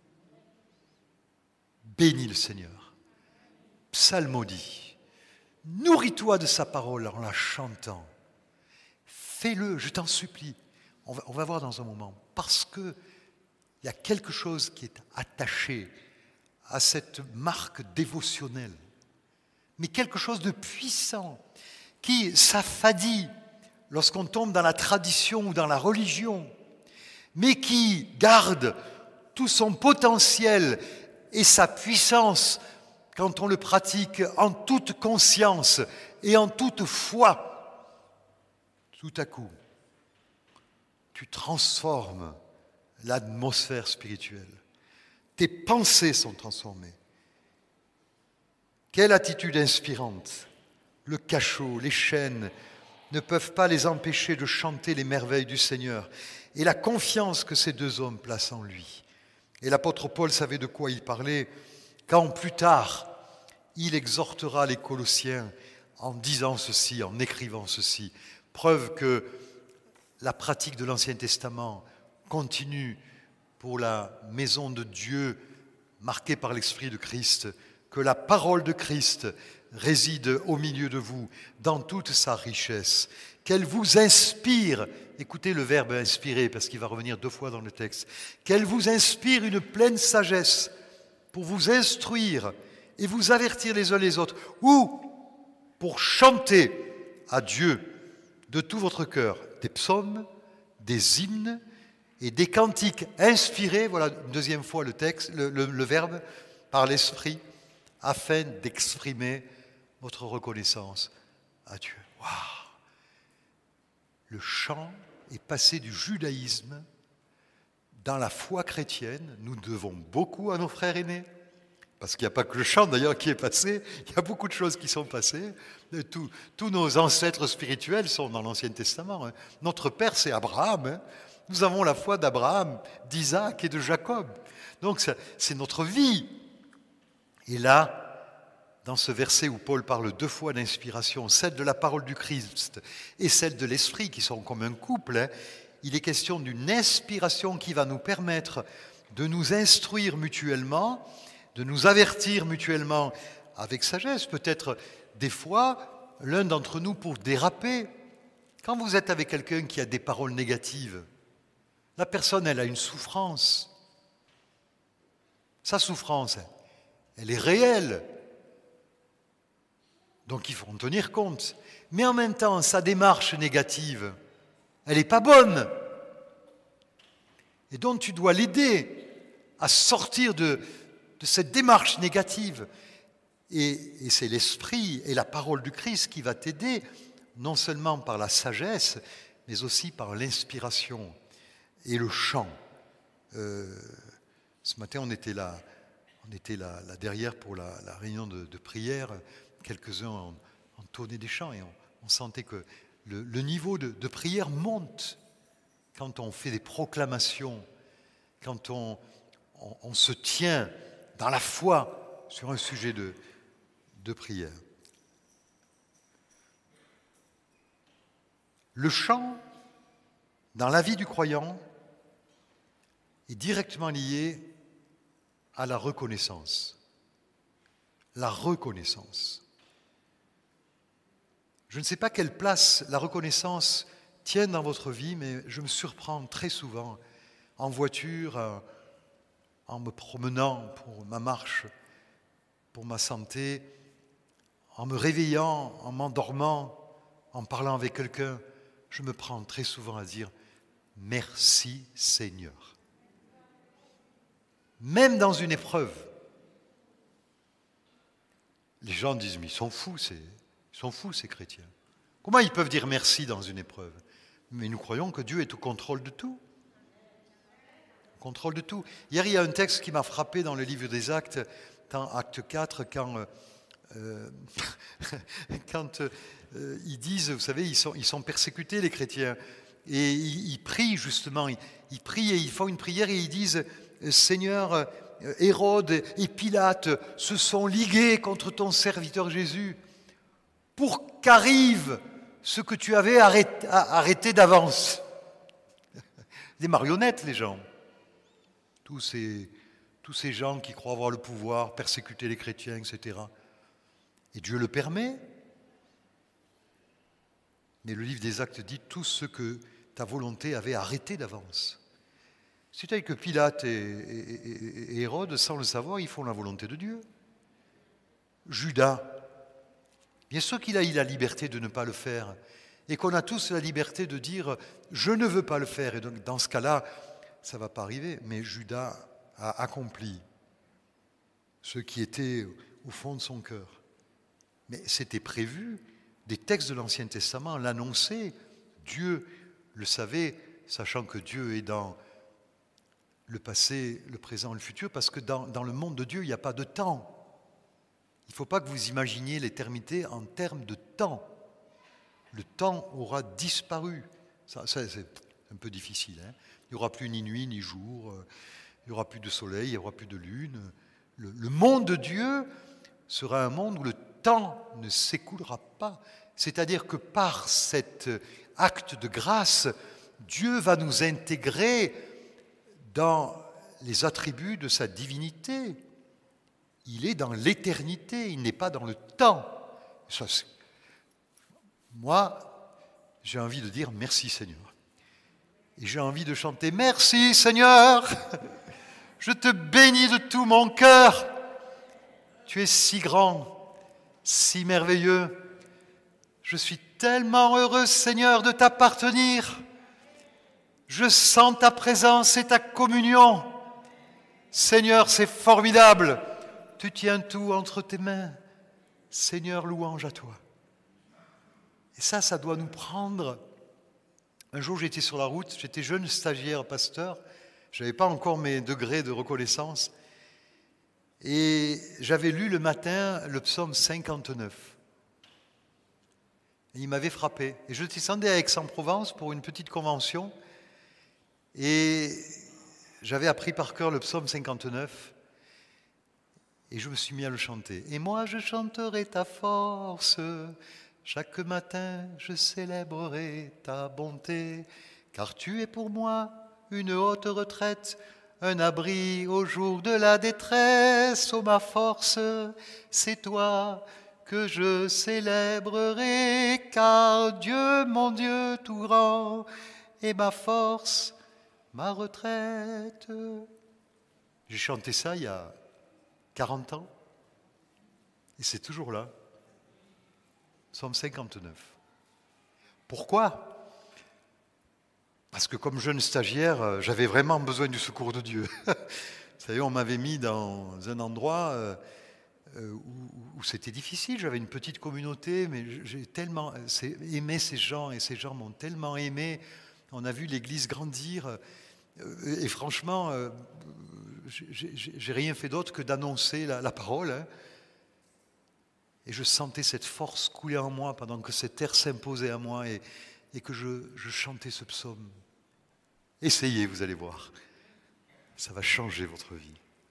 Bénis le Seigneur. Psalmodie. Nourris-toi de sa parole en la chantant. Fais-le, je t'en supplie. On va, on va voir dans un moment. Parce qu'il y a quelque chose qui est attaché à cette marque dévotionnelle. Mais quelque chose de puissant, qui s'affadit lorsqu'on tombe dans la tradition ou dans la religion, mais qui garde tout son potentiel et sa puissance quand on le pratique en toute conscience et en toute foi. Tout à coup, tu transformes l'atmosphère spirituelle. Tes pensées sont transformées. Quelle attitude inspirante! Le cachot, les chaînes ne peuvent pas les empêcher de chanter les merveilles du Seigneur et la confiance que ces deux hommes placent en lui. Et l'apôtre Paul savait de quoi il parlait quand plus tard il exhortera les Colossiens en disant ceci, en écrivant ceci. Preuve que la pratique de l'Ancien Testament continue pour la maison de Dieu marquée par l'Esprit de Christ, que la parole de Christ réside au milieu de vous dans toute sa richesse, qu'elle vous inspire, écoutez le verbe inspirer parce qu'il va revenir deux fois dans le texte, qu'elle vous inspire une pleine sagesse pour vous instruire et vous avertir les uns les autres, ou pour chanter à Dieu de tout votre cœur des psaumes, des hymnes et des cantiques inspirés, voilà une deuxième fois le texte, le, le, le verbe, par l'Esprit, afin d'exprimer votre reconnaissance à Dieu. Waouh! Le chant est passé du judaïsme dans la foi chrétienne. Nous devons beaucoup à nos frères aînés. Parce qu'il n'y a pas que le chant d'ailleurs qui est passé, il y a beaucoup de choses qui sont passées. Tous, tous nos ancêtres spirituels sont dans l'Ancien Testament. Notre père, c'est Abraham. Nous avons la foi d'Abraham, d'Isaac et de Jacob. Donc c'est notre vie. Et là, dans ce verset où Paul parle deux fois d'inspiration, celle de la parole du Christ et celle de l'Esprit, qui sont comme un couple, hein, il est question d'une inspiration qui va nous permettre de nous instruire mutuellement, de nous avertir mutuellement avec sagesse. Peut-être des fois, l'un d'entre nous pour déraper. Quand vous êtes avec quelqu'un qui a des paroles négatives, la personne, elle a une souffrance. Sa souffrance, elle est réelle. Donc il faut en tenir compte. Mais en même temps, sa démarche négative, elle n'est pas bonne. Et donc tu dois l'aider à sortir de, de cette démarche négative. Et, et c'est l'Esprit et la parole du Christ qui va t'aider, non seulement par la sagesse, mais aussi par l'inspiration et le chant. Euh, ce matin, on était là, on était là, là derrière pour la, la réunion de, de prière. Quelques-uns ont, ont tonné des chants et on, on sentait que le, le niveau de, de prière monte quand on fait des proclamations, quand on, on, on se tient dans la foi sur un sujet de, de prière. Le chant, dans la vie du croyant, est directement lié à la reconnaissance. La reconnaissance. Je ne sais pas quelle place la reconnaissance tient dans votre vie, mais je me surprends très souvent en voiture, en me promenant pour ma marche, pour ma santé, en me réveillant, en m'endormant, en parlant avec quelqu'un. Je me prends très souvent à dire « Merci Seigneur ». Même dans une épreuve. Les gens disent « Mais ils sont fous, c'est, ils sont fous ces chrétiens. Comment ils peuvent dire merci dans une épreuve ?» Mais nous croyons que Dieu est au contrôle de tout. Au contrôle de tout. Hier, il y a un texte qui m'a frappé dans le livre des Actes, dans Acte quatre, quand, euh, quand euh, ils disent, vous savez, ils sont, ils sont persécutés, les chrétiens, et ils, ils prient justement, ils, ils prient et ils font une prière et ils disent « Seigneur, Hérode et Pilate se sont ligués contre ton serviteur Jésus pour qu'arrive ce que tu avais arrêté, arrêté d'avance. » Des marionnettes, les gens. Tous ces, tous ces gens qui croient avoir le pouvoir, persécuter les chrétiens, et cetera. Et Dieu le permet. Mais le livre des Actes dit tout ce que ta volonté avait arrêté d'avance. C'est-à-dire que Pilate et, et, et Hérode, sans le savoir, ils font la volonté de Dieu. Judas, bien sûr qu'il a eu la liberté de ne pas le faire, et qu'on a tous la liberté de dire « je ne veux pas le faire », et donc dans ce cas-là, ça ne va pas arriver. Mais Judas a accompli ce qui était au fond de son cœur. Mais c'était prévu, des textes de l'Ancien Testament l'annonçaient, Dieu le savait, sachant que Dieu est dans le passé, le présent et le futur, parce que dans, dans le monde de Dieu, il n'y a pas de temps. Il ne faut pas que vous imaginiez l'éternité en termes de temps. Le temps aura disparu. Ça, ça, c'est un peu difficile. Hein. Il n'y aura plus ni nuit ni jour, il n'y aura plus de soleil, il n'y aura plus de lune. Le, le monde de Dieu sera un monde où le temps ne s'écoulera pas. C'est-à-dire que par cet acte de grâce, Dieu va nous intégrer dans les attributs de sa divinité. Il est dans l'éternité, il n'est pas dans le temps. Ça, moi, j'ai envie de dire merci Seigneur. Et j'ai envie de chanter merci Seigneur. Je te bénis de tout mon cœur. Tu es si grand, si merveilleux. Je suis tellement heureux Seigneur de t'appartenir. Je sens ta présence et ta communion. Seigneur, c'est formidable. Tu tiens tout entre tes mains. Seigneur, louange à toi. Et ça, ça doit nous prendre. Un jour, j'étais sur la route, j'étais jeune stagiaire pasteur, je n'avais pas encore mes degrés de reconnaissance, et j'avais lu le matin le psaume cinquante-neuf. Et il m'avait frappé. Et je descendais à Aix-en-Provence pour une petite convention, et j'avais appris par cœur le psaume cinquante-neuf, et je me suis mis à le chanter. Et moi, je chanterai ta force. Chaque matin, je célébrerai ta bonté, car tu es pour moi une haute retraite, un abri au jour de la détresse. Oh ma force, c'est toi que je célébrerai, car Dieu, mon Dieu tout grand, est ma force, ma retraite. J'ai chanté ça il y a quarante ans, et c'est toujours là. Psaume cinquante-neuf. Pourquoi ? Parce que comme jeune stagiaire, j'avais vraiment besoin du secours de Dieu. Vous savez, on m'avait mis dans un endroit où, où c'était difficile. J'avais une petite communauté, mais j'ai tellement aimé ces gens, et ces gens m'ont tellement aimé. On a vu l'Église grandir, et franchement, j'ai rien fait d'autre que d'annoncer la, la parole, hein. Et je sentais cette force couler en moi pendant que cet air s'imposait à moi et, et que je, je chantais ce psaume. Essayez, vous allez voir. Ça va changer votre vie.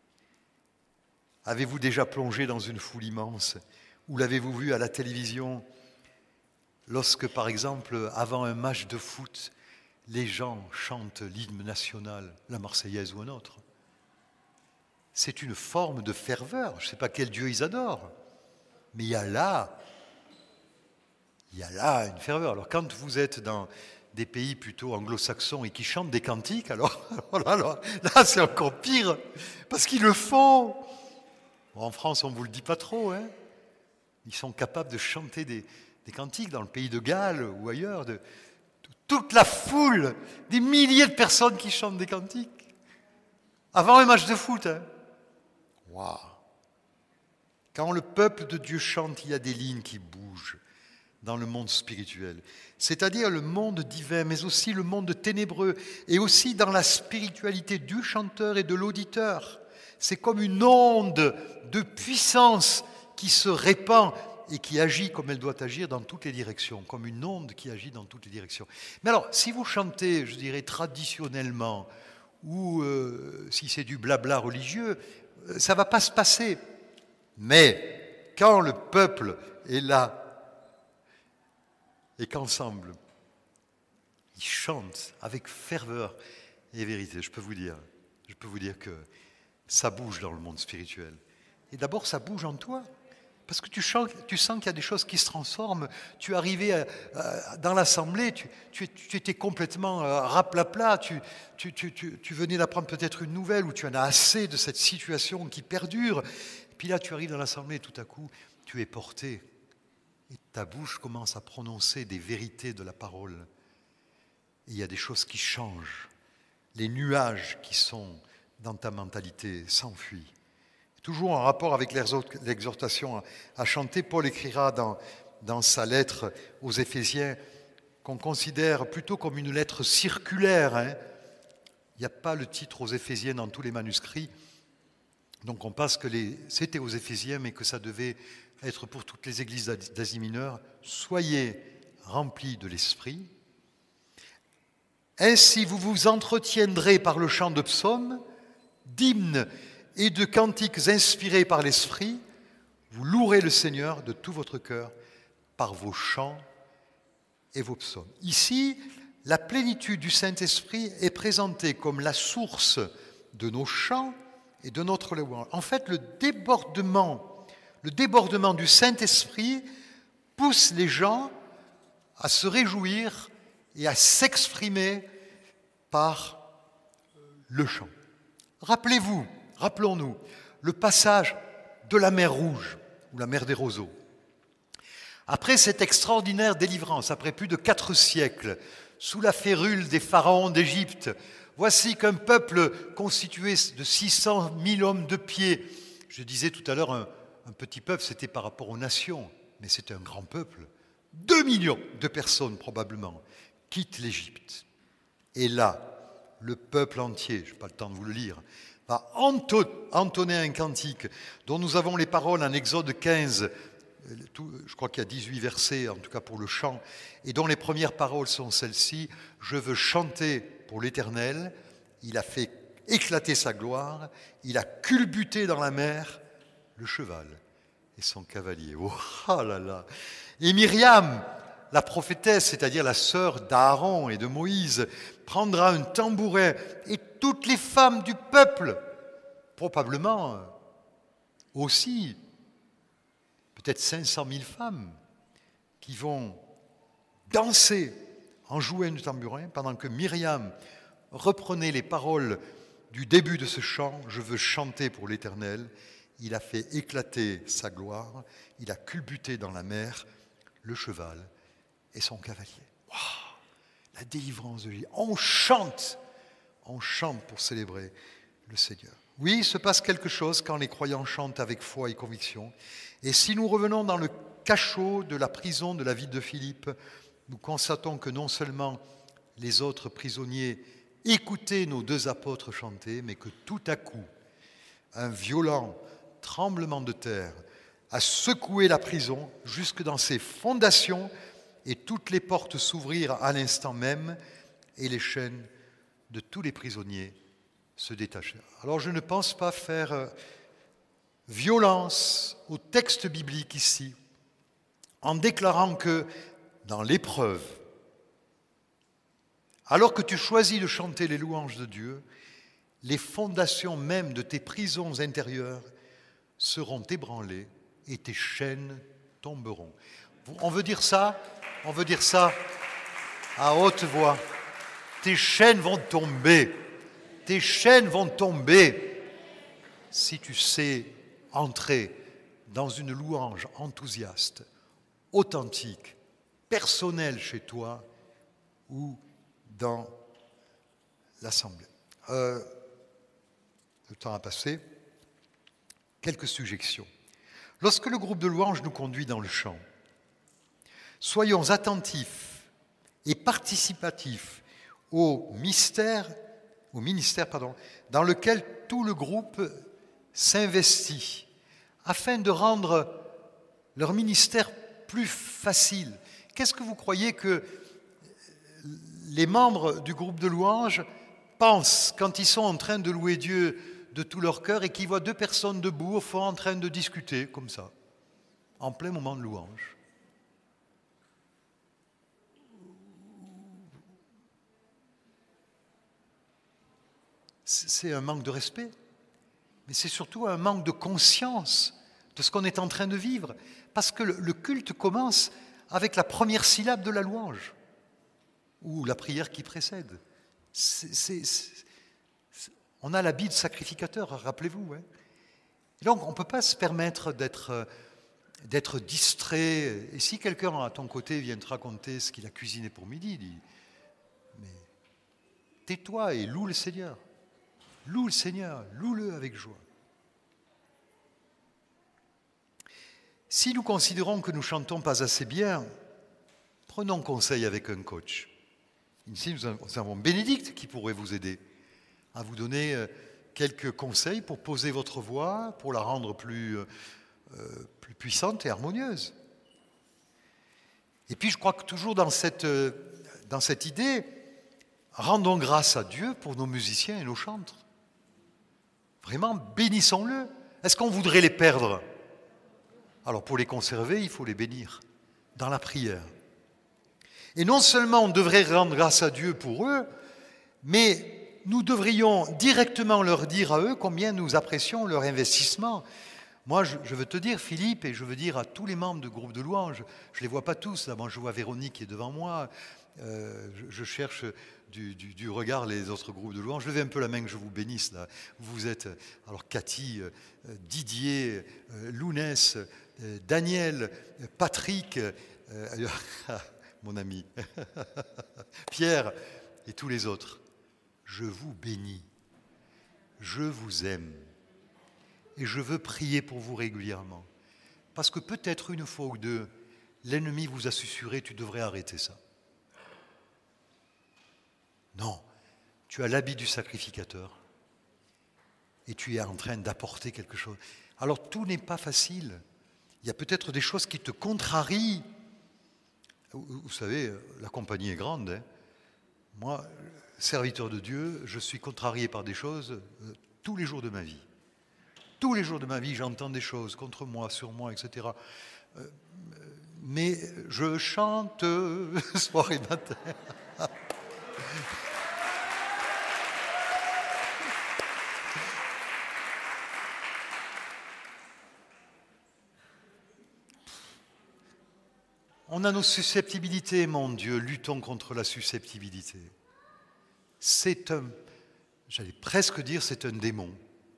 Avez-vous déjà plongé dans une foule immense? Ou l'avez-vous vu à la télévision lorsque, par exemple, avant un match de foot, les gens chantent l'hymne national, la Marseillaise ou un autre? C'est une forme de ferveur. Je ne sais pas quel Dieu ils adorent. Mais il y a là, il y a là une ferveur. Alors quand vous êtes dans des pays plutôt anglo-saxons et qui chantent des cantiques, alors, alors, alors là c'est encore pire, parce qu'ils le font. Bon, en France, on ne vous le dit pas trop, hein. Ils sont capables de chanter des, des cantiques dans le pays de Galles ou ailleurs, de, de toute la foule, des milliers de personnes qui chantent des cantiques, avant un match de foot. Hein. Waouh! Quand le peuple de Dieu chante, il y a des lignes qui bougent dans le monde spirituel, c'est-à-dire le monde divin, mais aussi le monde ténébreux, et aussi dans la spiritualité du chanteur et de l'auditeur. C'est comme une onde de puissance qui se répand et qui agit comme elle doit agir dans toutes les directions, comme une onde qui agit dans toutes les directions. Mais alors, si vous chantez, je dirais, traditionnellement, ou euh, si c'est du blabla religieux, ça ne va pas se passer. Mais quand le peuple est là et qu'ensemble, ils chantent avec ferveur et vérité, je peux vous dire, je peux vous dire que ça bouge dans le monde spirituel. Et d'abord, ça bouge en toi. Parce que tu, chantes, tu sens qu'il y a des choses qui se transforment. Tu es arrivé à, à, dans l'assemblée, tu, tu, tu étais complètement euh, raplapla, tu, tu, tu, tu, tu venais d'apprendre peut-être une nouvelle où tu en as assez de cette situation qui perdure. Et puis là, tu arrives dans l'assemblée et tout à coup, tu es porté. Et ta bouche commence à prononcer des vérités de la parole. Et il y a des choses qui changent. Les nuages qui sont dans ta mentalité s'enfuient. Toujours en rapport avec l'exhortation à chanter, Paul écrira dans, dans sa lettre aux Éphésiens, qu'on considère plutôt comme une lettre circulaire. Hein. Il n'y a pas le titre aux Éphésiens dans tous les manuscrits. Donc on pense que les, c'était aux Éphésiens, mais que ça devait être pour toutes les églises d'Asie mineure. Soyez remplis de l'Esprit. Ainsi vous vous entretiendrez par le chant de psaumes, d'hymnes et de cantiques inspirés par l'Esprit, vous louerez le Seigneur de tout votre cœur par vos chants et vos psaumes. Ici, la plénitude du Saint-Esprit est présentée comme la source de nos chants et de notre louange. En fait, le débordement, le débordement du Saint-Esprit pousse les gens à se réjouir et à s'exprimer par le chant. Rappelez-vous, Rappelons-nous le passage de la mer Rouge, ou la mer des roseaux. Après cette extraordinaire délivrance, après plus de quatre siècles sous la férule des pharaons d'Égypte. Voici qu'un peuple constitué de six cent mille hommes de pied, je disais tout à l'heure un, un petit peuple, c'était par rapport aux nations, mais c'était un grand peuple, deux millions de personnes probablement, quittent l'Égypte. Et là, le peuple entier, je n'ai pas le temps de vous le lire, va entonner un cantique dont nous avons les paroles en Exode quinze, tout, je crois qu'il y a dix-huit versets, en tout cas pour le chant, et dont les premières paroles sont celles-ci. « Je veux chanter pour l'Éternel, il a fait éclater sa gloire, il a culbuté dans la mer le cheval et son cavalier. » Oh ah là là. Et Myriam, la prophétesse, c'est-à-dire la sœur d'Aaron et de Moïse, prendra un tambourin et toutes les femmes du peuple, probablement aussi, peut-être cinq cent mille femmes, qui vont danser en jouant du tambourin pendant que Myriam reprenait les paroles du début de ce chant. « Je veux chanter pour l'Éternel, il a fait éclater sa gloire, il a culbuté dans la mer le cheval et son cavalier. » Wow, la délivrance de Jésus. On chante, on chante pour célébrer le Seigneur. Oui, il se passe quelque chose quand les croyants chantent avec foi et conviction. Et si nous revenons dans le cachot de la prison de la ville de Philippe, nous constatons que non seulement les autres prisonniers écoutaient nos deux apôtres chanter, mais que tout à coup, un violent tremblement de terre a secoué la prison jusque dans ses fondations, et toutes les portes s'ouvrirent à l'instant même, et les chaînes de tous les prisonniers se détachèrent. Alors je ne pense pas faire violence au texte biblique ici, en déclarant que dans l'épreuve, alors que tu choisis de chanter les louanges de Dieu, les fondations même de tes prisons intérieures seront ébranlées et tes chaînes tomberont. On veut dire ça, on veut dire ça à haute voix. Tes chaînes vont tomber, tes chaînes vont tomber si tu sais entrer dans une louange enthousiaste, authentique, personnelle chez toi ou dans l'assemblée. Euh, le temps a passé. Quelques suggestions. Lorsque le groupe de louanges nous conduit dans le chant, soyons attentifs et participatifs au mystère, au ministère pardon, dans lequel tout le groupe s'investit, afin de rendre leur ministère plus facile. Qu'est-ce que vous croyez que les membres du groupe de louanges pensent quand ils sont en train de louer Dieu de tout leur cœur et qu'ils voient deux personnes debout au fond en train de discuter comme ça, en plein moment de louange? C'est un manque de respect, mais c'est surtout un manque de conscience de ce qu'on est en train de vivre, parce que le culte commence avec la première syllabe de la louange ou la prière qui précède. C'est, c'est, c'est, on a l'habit de sacrificateur, rappelez-vous. Hein. Et donc, on ne peut pas se permettre d'être, d'être distrait. Et si quelqu'un à ton côté vient te raconter ce qu'il a cuisiné pour midi, dis, mais tais-toi et loue le Seigneur. Loue le Seigneur, loue-le avec joie. Si nous considérons que nous chantons pas assez bien, prenons conseil avec un coach. Ici, nous avons Bénédicte qui pourrait vous aider à vous donner quelques conseils pour poser votre voix, pour la rendre plus, euh, plus puissante et harmonieuse. Et puis, je crois que toujours dans cette, dans cette idée, rendons grâce à Dieu pour nos musiciens et nos chantres. Vraiment, bénissons-le. Est-ce qu'on voudrait les perdre? Alors, pour les conserver, il faut les bénir dans la prière. Et non seulement on devrait rendre grâce à Dieu pour eux, mais nous devrions directement leur dire à eux combien nous apprécions leur investissement. Moi, je, je veux te dire, Philippe, et je veux dire à tous les membres du groupe de louanges, je ne les vois pas tous, là, moi je vois Véronique qui est devant moi, euh, je, je cherche du, du, du regard les autres groupes de louanges, je levez un peu la main que je vous bénisse, là. Vous êtes, alors Cathy, euh, Didier, euh, Lounès, euh, Daniel, Patrick, euh, mon ami. Pierre et tous les autres, je vous bénis, je vous aime et je veux prier pour vous régulièrement. Parce que peut-être une fois ou deux, l'ennemi vous a susurré, tu devrais arrêter ça. Non, tu as l'habit du sacrificateur et tu es en train d'apporter quelque chose. Alors tout n'est pas facile. Il y a peut-être des choses qui te contrarient. Vous savez, la compagnie est grande. Hein. Moi, serviteur de Dieu, je suis contrarié par des choses euh, tous les jours de ma vie. Tous les jours de ma vie, j'entends des choses contre moi, sur moi, et cetera. Euh, mais je chante soir et matin. On a nos susceptibilités, mon Dieu, luttons contre la susceptibilité. C'est un, j'allais presque dire, c'est un démon.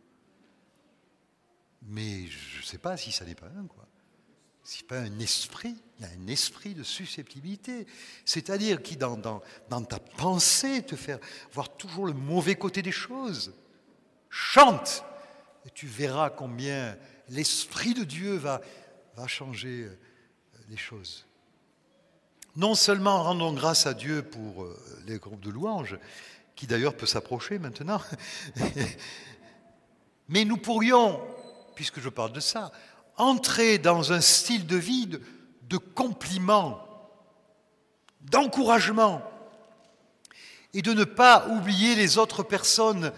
Mais je ne sais pas si ça n'est pas un, quoi. Si pas un esprit, il y a un esprit de susceptibilité. C'est-à-dire qui, dans, dans, dans ta pensée, te fait voir toujours le mauvais côté des choses. Chante, et tu verras combien l'Esprit de Dieu va, va changer les choses. Non seulement rendons grâce à Dieu pour les groupes de louanges, qui d'ailleurs peut s'approcher maintenant, mais nous pourrions, puisque je parle de ça, entrer dans un style de vie de, de compliments, d'encouragement, et de ne pas oublier les autres personnes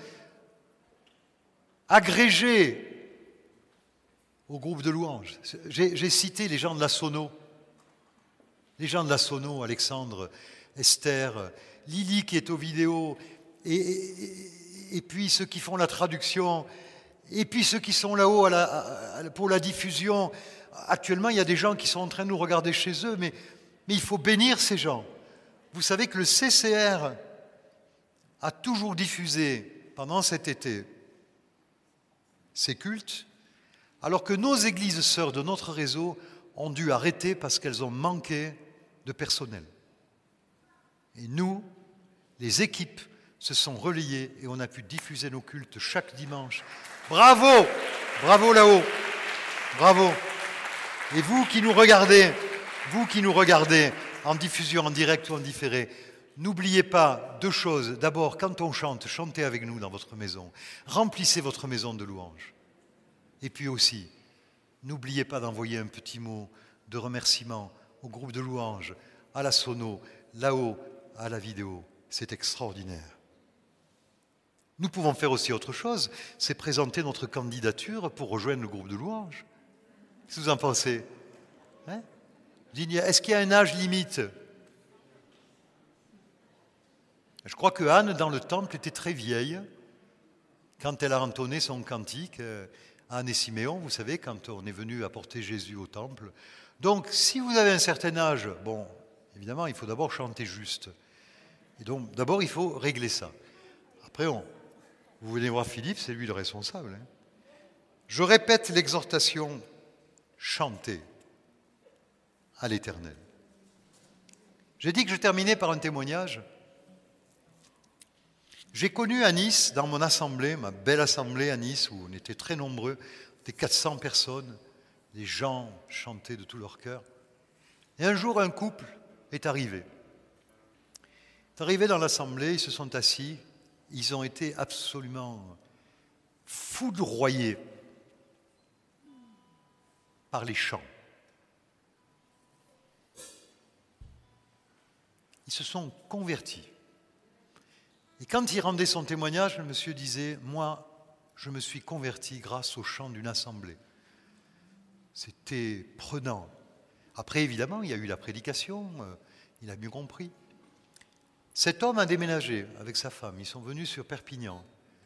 agrégées au groupe de louanges. J'ai, j'ai cité les gens de la Sono. Les gens de la Sono, Alexandre, Esther, Lily qui est aux vidéos, et, et, et puis ceux qui font la traduction, et puis ceux qui sont là-haut à la, à, pour la diffusion. Actuellement, il y a des gens qui sont en train de nous regarder chez eux, mais, mais il faut bénir ces gens. Vous savez que le C C R a toujours diffusé pendant cet été ces cultes, alors que nos églises sœurs de notre réseau ont dû arrêter parce qu'elles ont manqué de personnel. Et nous, les équipes, se sont relayées et on a pu diffuser nos cultes chaque dimanche. Bravo! Bravo là-haut! Bravo! Et vous qui nous regardez, vous qui nous regardez en diffusion, en direct ou en différé, n'oubliez pas deux choses. D'abord, quand on chante, chantez avec nous dans votre maison. Remplissez votre maison de louanges. Et puis aussi, n'oubliez pas d'envoyer un petit mot de remerciement au groupe de louanges, à la sono, là-haut, à la vidéo. C'est extraordinaire. Nous pouvons faire aussi autre chose, c'est présenter notre candidature pour rejoindre le groupe de louanges. Qu'est-ce que vous en pensez? Hein? Est-ce qu'il y a un âge limite? Je crois que Anne, dans le temple, était très vieille quand elle a entonné son cantique. Anne et Siméon, vous savez, quand on est venu apporter Jésus au temple. Donc, si vous avez un certain âge, bon, évidemment, il faut d'abord chanter juste. Et donc, d'abord, il faut régler ça. Après, on, vous venez voir Philippe, c'est lui le responsable. Hein. Je répète l'exhortation, chantez à l'Éternel. J'ai dit que je terminais par un témoignage. J'ai connu à Nice, dans mon assemblée, ma belle assemblée à Nice, où on était très nombreux, des quatre cents personnes, les gens chantaient de tout leur cœur. Et un jour, un couple est arrivé. Il est arrivé dans l'assemblée, ils se sont assis, ils ont été absolument foudroyés par les chants. Ils se sont convertis. Et quand il rendait son témoignage, le monsieur disait « Moi, je me suis converti grâce au chant d'une assemblée. » C'était prenant. Après, évidemment, il y a eu la prédication, euh, il a mieux compris. Cet homme a déménagé avec sa femme, ils sont venus sur Perpignan.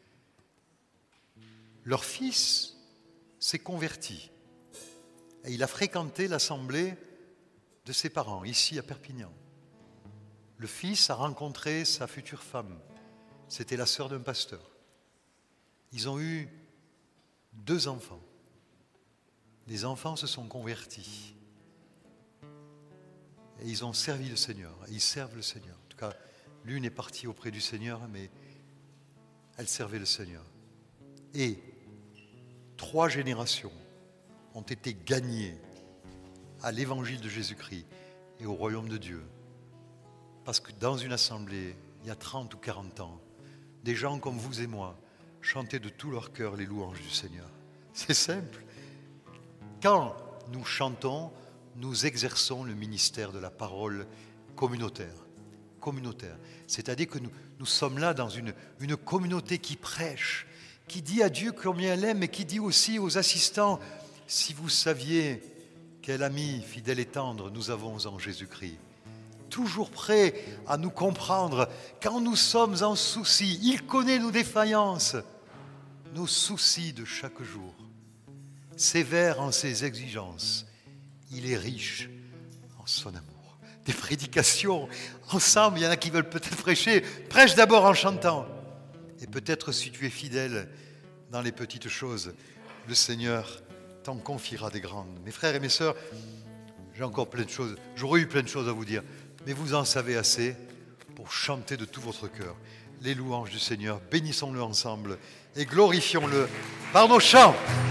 Leur fils s'est converti et il a fréquenté l'assemblée de ses parents, ici à Perpignan. Le fils a rencontré sa future femme. C'était la sœur d'un pasteur. Ils ont eu deux enfants. Les enfants se sont convertis. Et ils ont servi le Seigneur. Et ils servent le Seigneur. En tout cas, l'une est partie auprès du Seigneur, mais elle servait le Seigneur. Et trois générations ont été gagnées à l'évangile de Jésus-Christ et au royaume de Dieu. Parce que dans une assemblée, il y a trente ou quarante ans, des gens comme vous et moi chantaient de tout leur cœur les louanges du Seigneur. C'est simple. Quand nous chantons, nous exerçons le ministère de la parole communautaire. Communautaire. C'est-à-dire que nous, nous sommes là dans une, une communauté qui prêche, qui dit à Dieu combien elle aime, et qui dit aussi aux assistants, si vous saviez quel ami fidèle et tendre nous avons en Jésus-Christ. Toujours prêt à nous comprendre quand nous sommes en souci. Il connaît nos défaillances, nos soucis de chaque jour. Sévère en ses exigences, il est riche en son amour. Des prédications ensemble, il y en a qui veulent peut-être prêcher. Prêche d'abord en chantant. Et peut-être si tu es fidèle dans les petites choses, le Seigneur t'en confiera des grandes. Mes frères et mes sœurs, j'ai encore plein de choses, j'aurais eu plein de choses à vous dire, mais vous en savez assez pour chanter de tout votre cœur les louanges du Seigneur. Bénissons-le ensemble et glorifions-le par nos chants.